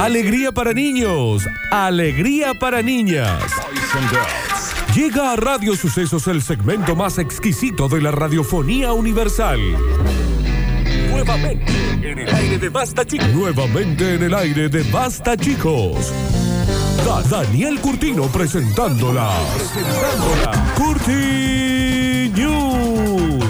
Alegría para niños, alegría para niñas. Llega a Radio Sucesos el segmento más exquisito de la radiofonía universal. Nuevamente en el aire de Basta Chicos. Nuevamente en el aire de Basta Chicos. Daniel Curtino presentándola. Curti News.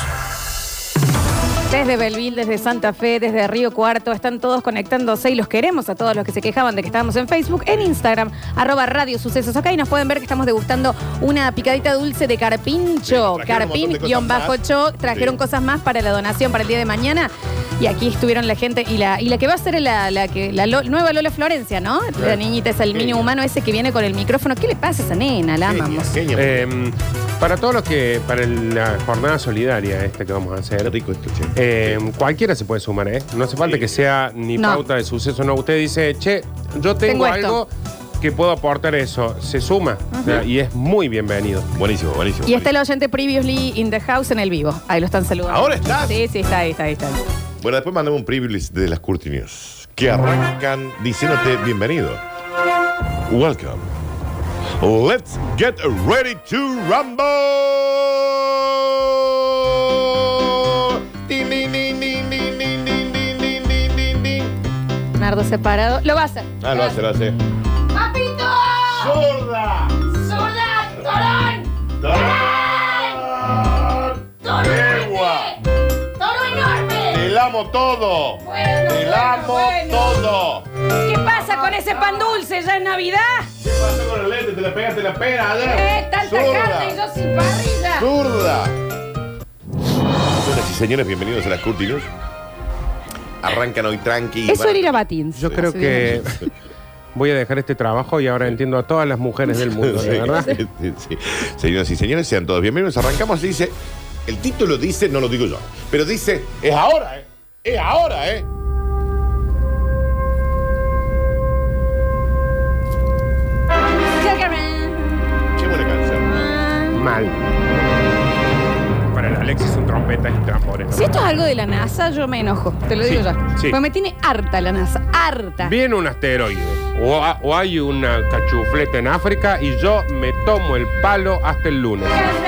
Desde Belleville, desde Santa Fe, desde Río Cuarto, están todos conectándose y los queremos a todos los que se quejaban de que estábamos en Facebook, en Instagram, @Radio Sucesos. Acá y nos pueden ver que estamos degustando una picadita dulce de carpincho. Sí, Carpín-8. Trajeron cosas más para la donación para el día de mañana. Y aquí estuvieron la gente y la que va a ser la nueva Lola Florencia, ¿no? La niñita es el mini humano ese que viene con el micrófono. ¿Qué le pasa a esa nena? La amamos. Para todos los que, para la jornada solidaria esta que vamos a hacer, rico esto, che. cualquiera se puede sumar, ¿eh? No hace falta que sea ni pauta de suceso, no. Usted dice, che, yo tengo algo que puedo aportar eso. Se suma y es muy bienvenido. Buenísimo, buenísimo. Y está el oyente Previously in the House en el vivo. Ahí lo están saludando. ¿Ahora estás? Sí, está ahí. Bueno, después mandamos un Previously de las Curti News, que arrancan diciéndote bienvenido. Welcome. Let's get ready to rumble. Din, din, din, din, din, din, din, din, din, din, din. Nardo separado. Lo va a hacer. Lo hace. ¡Papito! ¡Zurda! ¡Torón! ¡Toro enorme! ¡Te la amo todo! Todo! ¿Qué pasa con ese pan dulce? ¿Ya es Navidad? ¿Qué pasó con el lente? ¿Te la pega? Tanta carne y yo sin parrilla. ¡Zurda! Señoras y señores, bienvenidos a las Curti News. Arrancan hoy tranqui. Eso era ir a Batins. Yo creo que voy a dejar este trabajo y ahora entiendo a todas las mujeres del mundo, ¿de verdad? Sí. Señoras y señores, sean todos bienvenidos. Arrancamos y dice, el título dice, no lo digo yo, pero dice, es ahora, ¿eh? Es ahora, ¿eh? Qué buena canción. Mal. Para el Alexis son trompetas y tambores. Si esto es algo de la NASA, yo me enojo. Te lo digo ya. Sí. Porque me tiene harta la NASA. Harta. Viene un asteroide o hay una cachufleta en África y yo me tomo el palo hasta el lunes.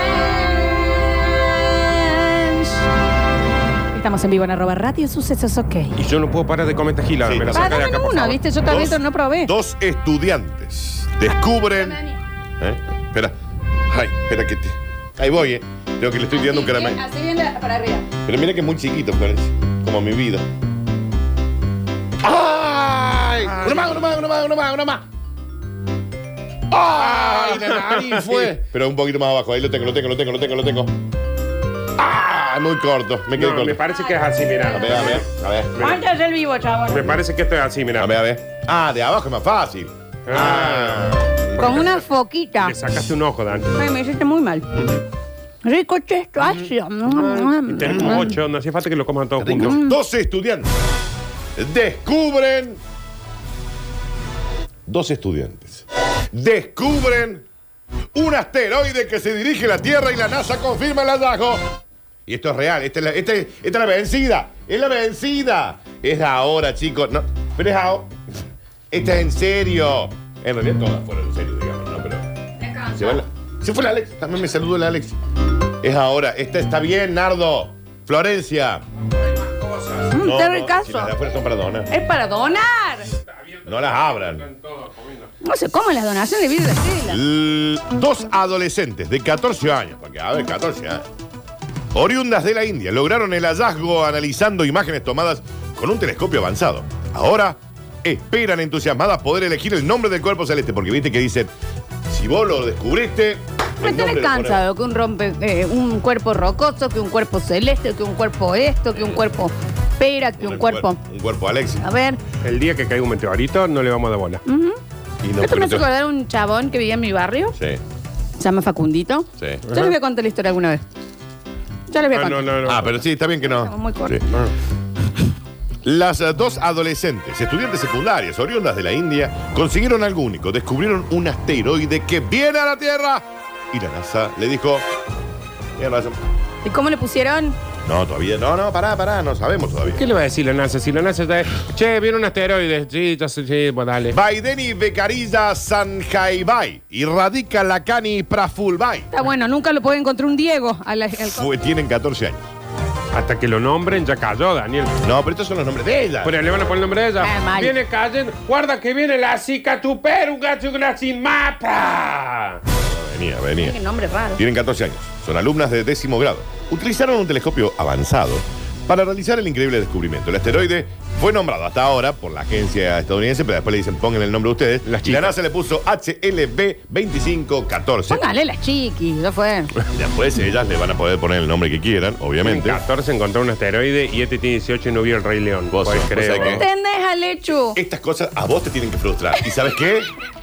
Estamos en vivo en @Radio Sucesos, ok. Y yo no puedo parar de comer gilada. Sí, Me la no. saca de acá, Dame por uno, favor. ¿viste? Yo también no probé. Dos estudiantes descubren... Espera. Ay, espera que te... Ahí voy, ¿eh? Tengo que le estoy tirando un caramelo. Así viene para arriba. Pero mira que es muy chiquito, Florencia. Como mi vida. ¡Ay! Uno más. ¡Ay! La nariz fue. Pero un poquito más abajo. Ahí lo tengo. ¡Ah! Muy corto. Me quedé No, corto. me parece que es así, mira. A ver. ¿Cuánto es el vivo, chavos? Me parece que esto es así, mira. A ver. Ah, de abajo es más fácil. Con una foquita. Le sacaste un ojo, Dan. Ay, me hiciste muy mal. Rico esto, ácido. Tenemos 8, no hacía falta que lo coman todos juntos. 12 estudiantes descubren. 12 estudiantes descubren un asteroide que se dirige a la Tierra y la NASA confirma el hallazgo. Y esto es real. Esta es la vencida. Es la vencida. Es ahora, chicos. No, pero es ahora. Esta es en serio. En realidad todas fueron en serio, digamos, ¿no? Pero. Se fue la Alex. También me saludó la Alex. Es ahora. Esta está bien, Nardo. Florencia. Te doy caso. Si las de afuera son para donar. Es para donar. No las abran. No sé cómo las donaciones de vida de tela. Dos adolescentes de 14 años, porque a ver, 14 años, oriundas de la India, lograron el hallazgo analizando imágenes tomadas con un telescopio avanzado. Ahora esperan entusiasmadas poder elegir el nombre del cuerpo celeste, porque viste que dicen, si vos lo descubriste... Me tenés cansado que un cuerpo rocoso, que un cuerpo celeste, que un cuerpo esto, que un cuerpo pera, que un cuerpo... Un cuerpo Alexis. A ver. El día que caiga un meteorito no le vamos a dar bola. Y no, Esto me hace pero- acordar un chabón que vivía en mi barrio. Sí, Se llama Facundito. sí. Yo les voy a contar la historia alguna vez. Ya les voy a contar. No. Ah, pero sí, está bien que no. Estamos muy cortos. Sí. Las dos adolescentes, estudiantes secundarias, oriundas de la India, consiguieron algo único. Descubrieron un asteroide que viene a la Tierra. Y la NASA le dijo, tiene razón, ¿Y cómo le pusieron? No, todavía. No, pará, no sabemos todavía. ¿Qué le va a decir la NASA? Si la NASA está... Che, viene un asteroide. Sí, ya sé, sí, pues dale. Baideni Becarilla Sanjaibai y Radica Lacani Prafulbai. Está bueno, nunca lo puede encontrar un Diego. Tienen 14 años. Hasta que lo nombren ya cayó, Daniel. No, pero estos son los nombres de ella. Pero le van a poner el nombre de ella. Mal. Viene cayendo. Guarda que viene la Zika tuperuga sin mapa. Venía. Qué nombre raro. Tienen 14 años. Son alumnas de 10º grado. Utilizaron un telescopio avanzado para realizar el increíble descubrimiento. El asteroide fue nombrado hasta ahora por la agencia estadounidense, pero después le dicen pongan el nombre de ustedes. Las Y la NASA le puso HLB 2514. Póngale las chiquis, ya fue. Después ellas le van a poder poner el nombre que quieran, obviamente. En 14 encontró un asteroide y este tiene 18 y no vio el Rey León. Vos Pues sos, creo. vos sabés qué. ¿Entendés, Alechu? Estas cosas a vos te tienen que frustrar. ¿Y sabes qué?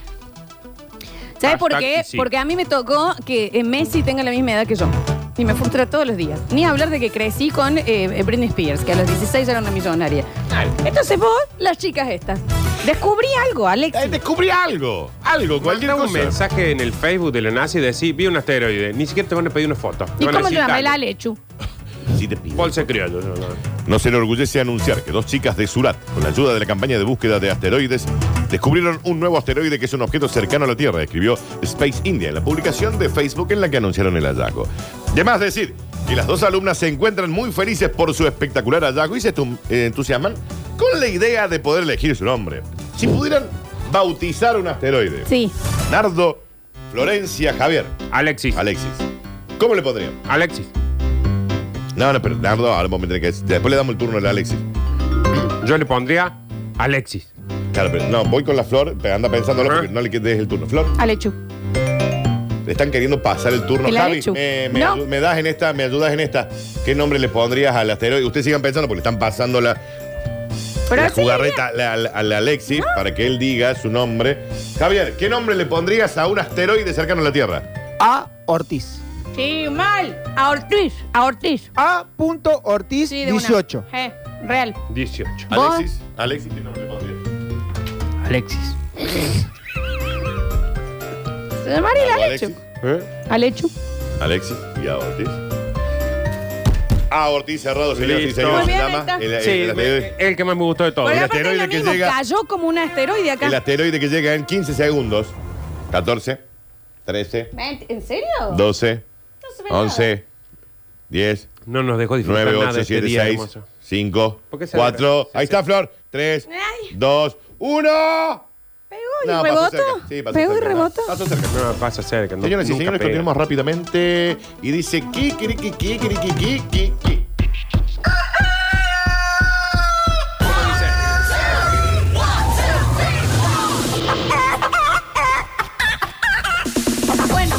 ¿Sabes por Hashtag qué? sí. Porque a mí me tocó que Messi tenga la misma edad que yo. Y me frustra todos los días. Ni hablar de que crecí con Britney Spears, que a los 16 era una millonaria. Entonces vos, las chicas estas, descubrí algo, Alexis. Descubrí algo. Cualquier Manda un cosa. mensaje en el Facebook de la NASA y decís, vi un asteroide. Ni siquiera te van a pedir una foto. Te ¿Y van a cómo se decir, llama? El dale. Alechu. Sí te pido. Bolsa criollo. Nos enorgullece anunciar que 2 chicas de Surat, con la ayuda de la campaña de búsqueda de asteroides, descubrieron un nuevo asteroide que es un objeto cercano a la Tierra, escribió Space India en la publicación de Facebook en la que anunciaron el hallazgo. De más decir que las 2 alumnas se encuentran muy felices por su espectacular hallazgo y se entusiasman con la idea de poder elegir su nombre. Si pudieran bautizar un asteroide. Sí. Nardo, Florencia, Javier. Alexis. ¿Cómo le pondrían? Alexis. No, pero Nardo, ahora vamos a meter que después le damos el turno a Alexis. Yo le pondría Alexis. Claro, pero no, voy con la Flor, pero anda pensándolo Ajá. porque no le des el turno. Flor, Alechu. le están queriendo pasar el turno. El Javi, Alechu. me ayudas en esta. ¿Qué nombre le pondrías al asteroide? Ustedes sigan pensando porque le están pasando la Pero sí, jugarreta al Alexis para que él diga su nombre. Javier, ¿qué nombre le pondrías a un asteroide cercano a la Tierra? A. Ortiz. sí, mal. A Ortiz. A. Ortiz Sí, de una. 18. Real. 18. ¿Vos? Alexis, ¿qué nombre le pondrías? Alexis. Se llamaría el Alexis. Alechu. Alechu. Alexis y a Ortiz. A Ortiz cerrado, señores y Listo. señores, Muy se bien, llama. está. El Sí, asteroide. el que más me gustó de todo. Porque el aparte es asteroide lo que mismo, llega- cayó como un asteroide acá. El asteroide que llega en 15 segundos. 14, 13, ¿En serio? 12, No se ve nada. 11, 10, No nos dejó disfrutar 9, nada 8, de este 7, día 6, hermoso. 5, ¿Por qué se 4. abre? Ahí está, Flor. 3, Ay. 2, 1. ¿Pegó y No, pasó rebotó? cerca. Sí, pasó ¿Pegó y cerca. rebotó? Pasó cerca. No, pasa cerca. No, Señoras y nunca señores, pega. continuamos rápidamente. Y dice: ¿Qué? Bueno,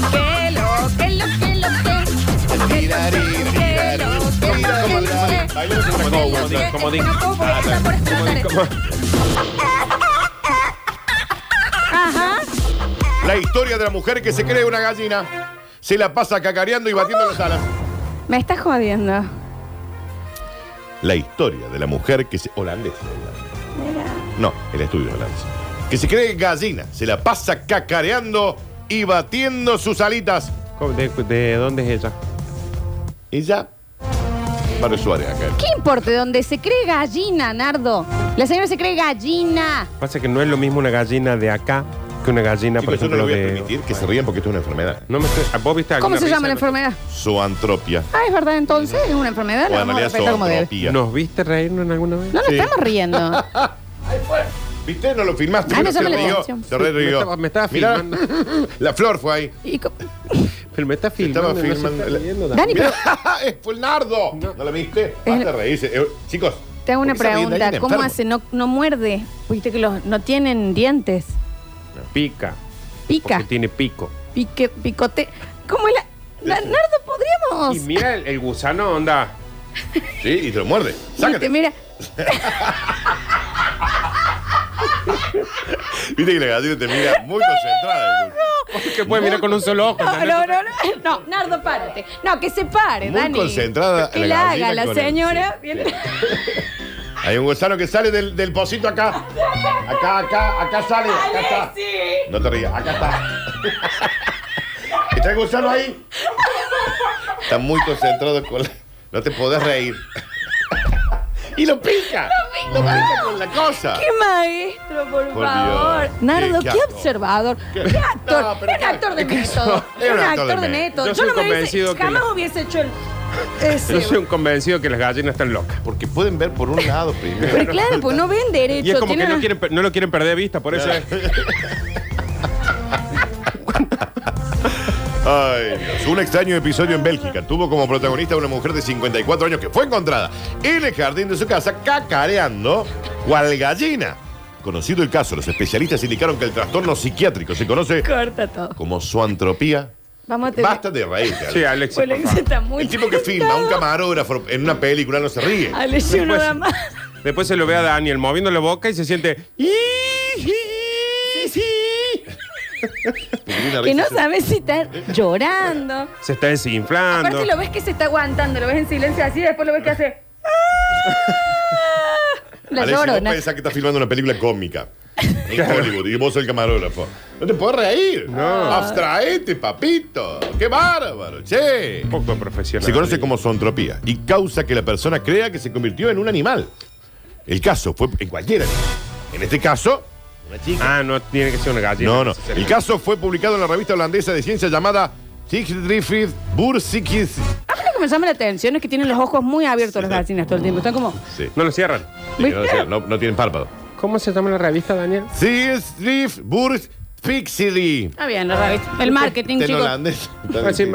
Comodín. Ajá. La historia de la mujer que se cree una gallina. Se la pasa cacareando y batiendo las alas. Me estás jodiendo. La historia de la mujer que se... Holandesa. No, el estudio holandés. Que se cree gallina. Se la pasa cacareando y batiendo sus alitas. ¿De dónde es ella? Ella... Mario Suárez acá. ¿Qué importa de donde se cree gallina, Nardo? La señora se cree gallina. Pasa que no es lo mismo una gallina de acá que una gallina, por Chicos, yo no ejemplo, le voy a de... permitir que se rían porque esto es una enfermedad. No me estoy... ¿Vos viste ¿Cómo alguna se llama la risa? enfermedad? Zoantropia. Ah, es verdad, entonces es una enfermedad. O La en vamos a realidad respetar como debe. zoantropía. ¿Nos viste reírnos en alguna vez? No nos Sí. estamos riendo. ¿Viste? No lo filmaste. Ah, no pero se llama la rió. atención. Se re rió. Me estaba Mirá, filmando. La Flor fue ahí. Y co- Pero me está filmando. Estaba no se filmando. está riendo, Dani. Dani, pero Fue el Nardo. ¿No lo viste? Basta de reírse. Chicos. te hago una ¿por qué se ríen de pregunta. alguien ¿Cómo enfermo? hace? No muerde. Viste que no tienen dientes. Pica. Pica. Porque tiene pico. Picote. ¿Cómo es la Nardo, podríamos? Y mira el gusano, onda. Sí, y te lo muerde. Sácate. Mira, Viste que la gallina te mira muy concentrada. Que puede mirar con un solo ojo. no, Nardo, párate. No, que se pare, Muy Dani. concentrada Que la la gallina haga la con el- señora. Hay un gusano que sale del pocito acá. Acá sale. Acá está. No te rías, acá está. ¿Está el gusano ahí? Está muy concentrado con la... No te podés reír. Y lo pica. Lo pica con la cosa. ¡Qué maestro, por Dios. favor! Nardo, Qué qué actor. observador. ¿Qué? ¿Qué actor? No, pero Es un actor de ¿qué? método. Es un actor de método. Yo soy no me hubiese, convencido que jamás la- hubiese hecho el... Yo soy un convencido que las gallinas están locas. Porque pueden ver por un lado primero. Pero claro, pues no ven derecho. Y es como que tienen- no lo quieren perder de vista, por eso es. Ay, Dios. Un extraño episodio en Bélgica tuvo como protagonista a una mujer de 54 años que fue encontrada en el jardín de su casa cacareando cual gallina. Conocido el caso, los especialistas indicaron que el trastorno psiquiátrico se conoce Corta todo. como zoantropía. Vamos a tener... Basta de reírte, Alex. Sí, Alexis. Pues por Alex favor. está muy El tipo que filma, un tentado. camarógrafo en una película no se ríe. Alex, uno da más. Después se lo ve a Daniel moviendo la boca y se siente. Porque tiene una Que no risa- sabe si está llorando. Se está desinflando. Aparte lo ves que se está aguantando, lo ves en silencio así, después lo ves que hace... La Alex, vos llorona. pensás que estás filmando una película cómica en Hollywood y vos sos el camarógrafo. No te puedes reír. No. Abstraete, papito. ¡Qué bárbaro, che! Poco profesional. Se conoce como zoantropía y causa que la persona crea que se convirtió en un animal. El caso fue en cualquier animal. En este caso, una chica. Ah, no tiene que ser una gallina. No. El necesariamente. caso fue publicado en la revista holandesa de ciencia llamada Tijdrifrid Boersikis. A mí lo que me llama la atención es que tienen los ojos muy abiertos las gallinas todo el tiempo. Están como... Sí. No lo cierran. Sí, no tienen párpado. ¿Cómo se llama la revista, Daniel? Tijdrifrid Boersikis. Ah, bien, la revista. El marketing, En chicos. holandés. Ah, sí,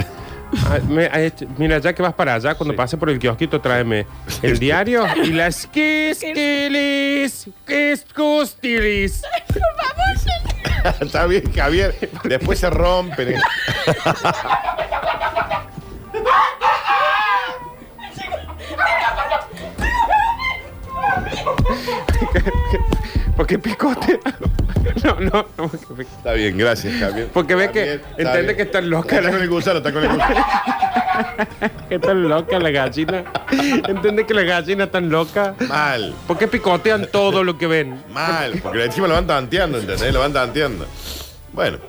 mira, ya que vas para allá, cuando pase por el kiosquito, tráeme el diario y las quisquilis. Está bien, Javier. Después se rompen. Porque picote. No. Está bien, gracias, Javier. Porque ve que Está entiende bien. que está loca Está con el gusano, está con el gusano. que está loca la gallina. Entiende que la gallina está loca. Mal, ¿Por qué picotean todo lo que ven? mal. Porque encima lo van tanteando, ¿entendés? Lo van tanteando. Bueno.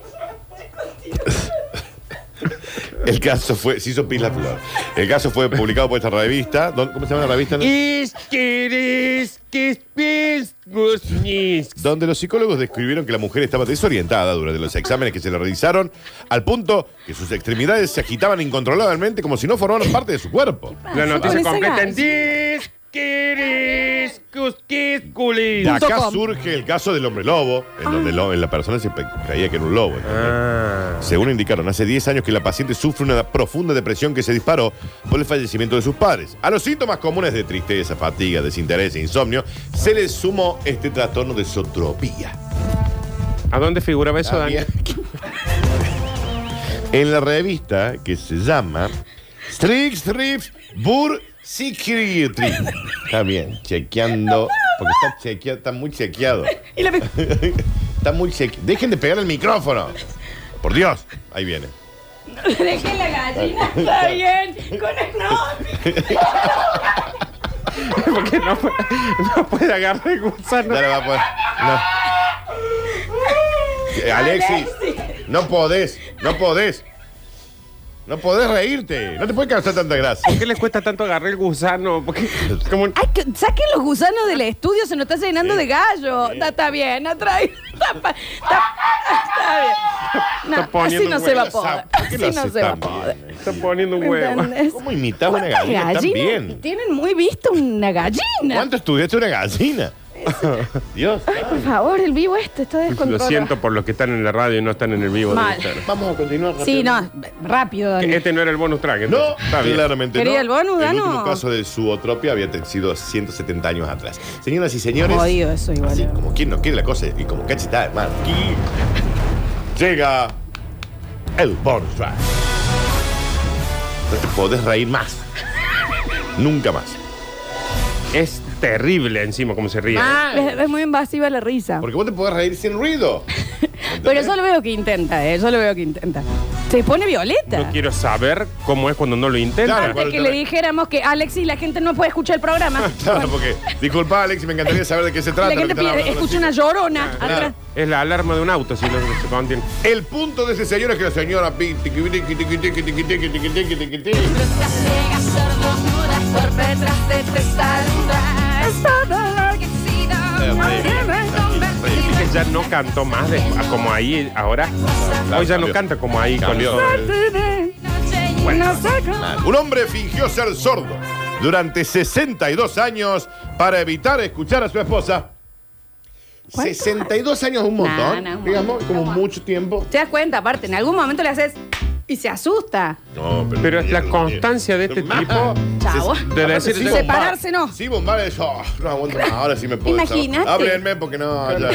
El caso fue. Se hizo pila flor. El caso fue publicado por esta revista. ¿Cómo se llama la revista? Donde los psicólogos describieron que la mujer estaba desorientada durante los exámenes que se le realizaron, al punto que sus extremidades se agitaban incontrolablemente como si no formaran parte de su cuerpo. La noticia Con esa completa en gallina. De acá .com. surge el caso del hombre lobo, en donde la persona se creía que era un lobo. ¿entendés? Según indicaron, hace 10 años que la paciente sufre una profunda depresión que se disparó por el fallecimiento de sus padres. A los síntomas comunes de tristeza, fatiga, desinterés e insomnio, se le sumó este trastorno de zootropía. ¿A dónde figuraba eso, También. Daniel? En la revista que se llama Strix Bur Psychiatry. Está bien, chequeando. Porque está chequeado, está muy chequeado. Y la... Está muy chequeado. Dejen de pegar el micrófono. Por Dios. Ahí viene. Dejé la gallina, está bien. Con el no. Porque no puede agarrar el gusano. Ya le va a poder. No. Alexis, no podés. No podés reírte. No te puede causar tanta gracia. ¿Por qué les cuesta tanto agarrar el gusano? Porque como Ay, que saquen los gusanos del estudio, se nos está llenando de gallo. Está bien, no trae. Está bien. No, Está poniendo así no un se va a huevo. poder. ¿Por qué Así lo no haces se va a tan poder. bien? está poniendo un huevo. ¿Entendés? ¿Cómo imitas una ¿Cuántas gallina tan gallinas bien? tienen muy visto una gallina? ¿Cuánto estudiaste una gallina? Dios. Por favor, el vivo está Lo descontrolado. siento por los que están en la radio y no están en el vivo. de Mal. Instagram. Vamos a continuar. Sí, no, rápido, Dani. Que este no era el bonus track. No, entonces. Está bien. claramente ¿Quería no. el bonus, El Dano? último caso de zootropia había sido 170 años atrás. Señoras y señores, Jodido eso igual. así como quien no quiere la cosa y como cachetada, hermano. Aquí llega el bonus track. No te podés reír más. Nunca más. Es terrible encima como se ríe. Es muy invasiva la risa. Porque vos te podés reír sin ruido. Pero yo lo veo que intenta, yo lo veo que intenta. Se pone violeta. No quiero saber cómo es cuando no lo intenta. Claro, Antes cuando que te le re- dijéramos que Alexis, la gente no puede escuchar el programa. Claro, porque, disculpa, Alex, me encantaría saber de qué se trata. La gente lo que están hablando escucha los una chicos. llorona Claro. atrás. Es la alarma de un auto si no se contiene. El punto de ese señor es que la señora... Llega a ser torpe tras de te saluda. Es todo lo que he Es que ya no cantó más como ahí ahora. Hoy ya no canta como ahí. Cambió. Bueno. Un hombre fingió ser sordo durante 62 años para evitar escuchar a su esposa. ¿Cuánto? 62 años es un montón, No, digamos, como mucho tiempo. ¿Te das cuenta? Aparte, en algún momento le haces y se asusta. No, Pero es la constancia de este tipo. Chavo. De decir, Sí, Separarse no. Sí, bombar es. No aguanto más, ahora sí me puedo. Imagínate. Háblenme porque no. Ya.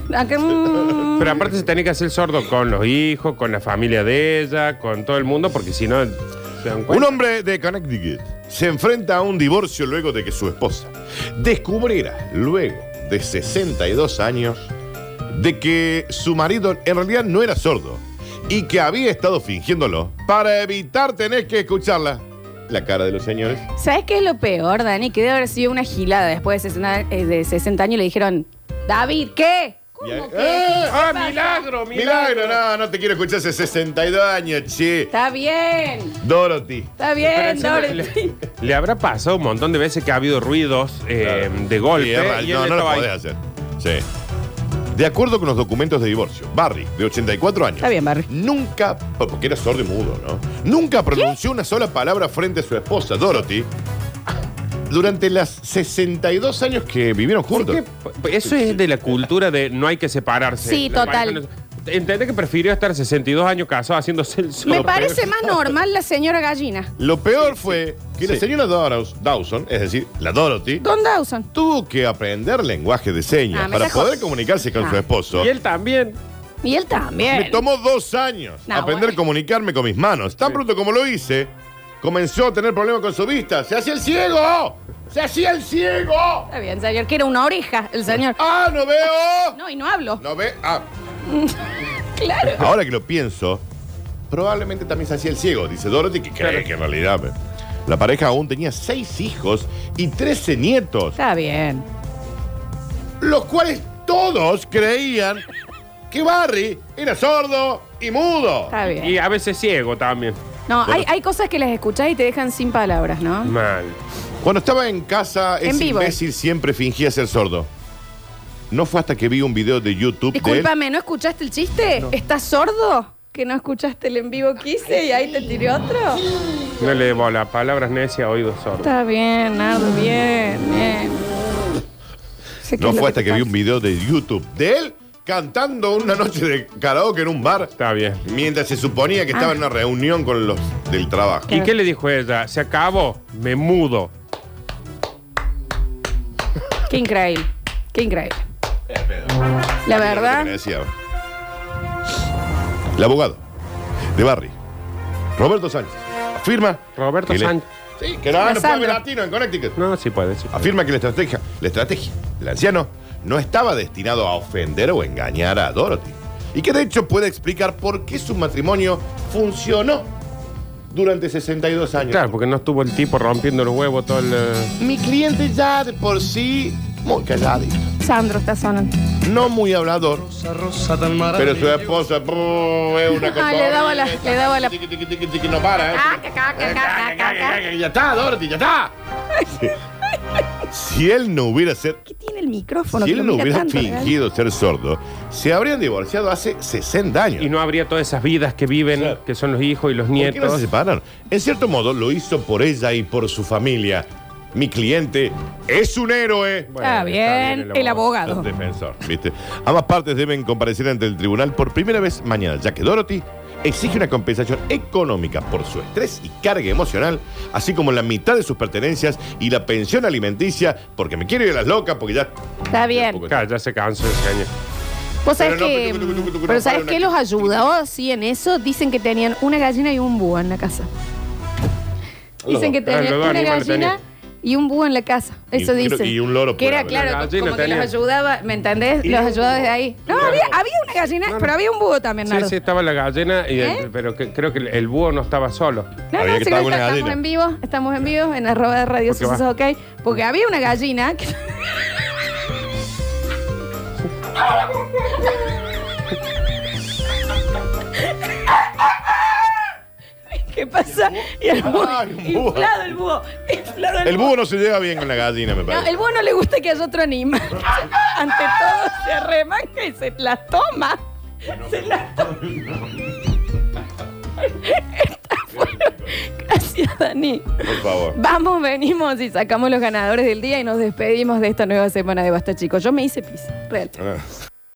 Pero aparte se tiene que hacer sordo con los hijos, con la familia de ella, con todo el mundo, porque si no, ¿se dan Un cuenta? hombre de Connecticut se enfrenta a un divorcio luego de que su esposa descubriera, luego de 62 años, de que su marido en realidad no era sordo y que había estado fingiéndolo para evitar tener que escucharla. La cara de los señores. ¿Sabes qué es lo peor, Dani? Que debe haber sido una gilada después de 60 años y le dijeron, David, ¿qué? ¿Cómo qué? ¡Ah, milagro! Milagro, no te quiero escuchar hace 62 años, che. Está bien, Dorothy. está bien, Dorothy. Le habrá pasado un montón de veces que ha habido ruidos de golpe. Sí, y él no lo estaba ahí. podés hacer. Sí. De acuerdo con los documentos de divorcio, Barry, de 84 años. Está bien, Barry. Nunca, porque era sordo y mudo, ¿no? Nunca pronunció una sola palabra frente a su esposa, Dorothy, durante las 62 años que vivieron juntos. Eso es de la cultura de no hay que separarse. Sí, La total. pareja no- ¿Entendés que prefirió estar 62 años casado haciéndose el sordo? Me parece más normal la señora gallina. Lo peor fue que la Sí. señora Dawson, es decir, la Dorothy, Don Dawson. tuvo que aprender lenguaje de señas me para está poder comunicarse con su esposo. Y él también. Y él también. Me tomó 2 años No, aprender bueno. a comunicarme con mis manos. Tan pronto como lo hice, comenzó a tener problemas con su vista. ¡Se hacía el ciego! ¡Se hacía el ciego! Está bien, señor, que era una oreja el señor. ¡Ah, no veo! No, y no hablo. No ve. Ah. Claro. Ahora que lo pienso, probablemente también se hacía el ciego, dice Dorothy, que cree que en realidad la pareja aún tenía 6 hijos y 13 nietos, Está bien. los cuales todos creían que Barry era sordo y mudo. Está bien. Y a veces ciego también. No, Bueno. hay cosas que las escuchás y te dejan sin palabras, ¿no? Mal. Cuando estaba en casa, En ese vivo. imbécil siempre fingía ser sordo. No fue hasta que vi un video de YouTube de él. Discúlpame, ¿no escuchaste el chiste? ¿Estás sordo? ¿Que no escuchaste el en vivo que hice y ahí te tiré otro? No le debo las palabras necias a oídos sordos. Está bien, Nardo, bien, bien. Sé No es lo fue hasta te que vi pasa. un video de YouTube de él cantando una noche de karaoke en un bar Está bien. mientras se suponía que estaba en una reunión con los del trabajo. ¿Y qué le dijo ella? Se acabó, me mudo. Qué increíble, qué increíble. La Lo verdad, que me decía. El abogado de Barry, Roberto Sánchez, afirma. Roberto que Sánchez. Sí, que no puede Sandra. haber latino en Connecticut. No, sí puede, sí puede. Afirma que la estrategia del anciano no estaba destinado a ofender o engañar a Dorothy. Y que de hecho puede explicar por qué su matrimonio funcionó durante 62 años. Claro, porque no estuvo el tipo rompiendo los huevos todo el... Mi cliente ya de por sí muy calladito, Sandro está sonando. no muy hablador, pero su esposa es una Ah, le daba la- Tiqui, tiqui, tiqui, tiqui, no para, ¿eh? Ya está, Dorothy, ya está. Si él no hubiera ser, ¿Qué tiene el micrófono? si que él lo no mira hubiera tanto, fingido ser sordo, se habrían divorciado hace 60 años. Y no habría todas esas vidas que viven, Claro. que son los hijos y los ¿Por qué no nietos. se separaron? En cierto modo, lo hizo por ella y por su familia. Mi cliente es un héroe. Bueno, Está bien, el abogado. Defensor, ¿viste? Ambas partes deben comparecer ante el tribunal por primera vez mañana, ya que Dorothy exige una compensación económica por su estrés y carga emocional, así como la mitad de sus pertenencias y la pensión alimenticia, porque me quiero ir a las locas, porque ya... Está bien. Claro, ya se cansó ese año. Vos sabés Pero no, que. no, Pero ¿sabés para qué una- los ayudó? Sí, en eso. Dicen que tenían una gallina y un búho en la casa. Dicen que dos. tenían Los dos una animales gallina tenían. y un búho en la casa. Eso Y- dicen. y un loro que por era, haber. claro, La gallina como que tenía. los ayudaba, ¿me entendés? Los ayudaba desde ahí. No, había una gallina, pero había un búho también, Sí, Nardo. sí, estaba la gallina, pero creo que el búho no estaba solo. No, Había no, que sí, estar no, una estamos gallina. en vivo, en @radio ¿Por qué sucesos, ok. Porque había una gallina que... que ¿qué pasa? Y el búho, Ay, un búho. inflado el búho, inflado El búho no se lleva bien con la gallina, me No, parece. el búho no le gusta que haya otro animal. Ante todo se arremanga y se la toma. Se la toma. Está bueno. Gracias, Dani. Por favor. Vamos, venimos y sacamos los ganadores del día y nos despedimos de esta nueva semana de Basta, chicos. Yo me hice pis, real. Ah.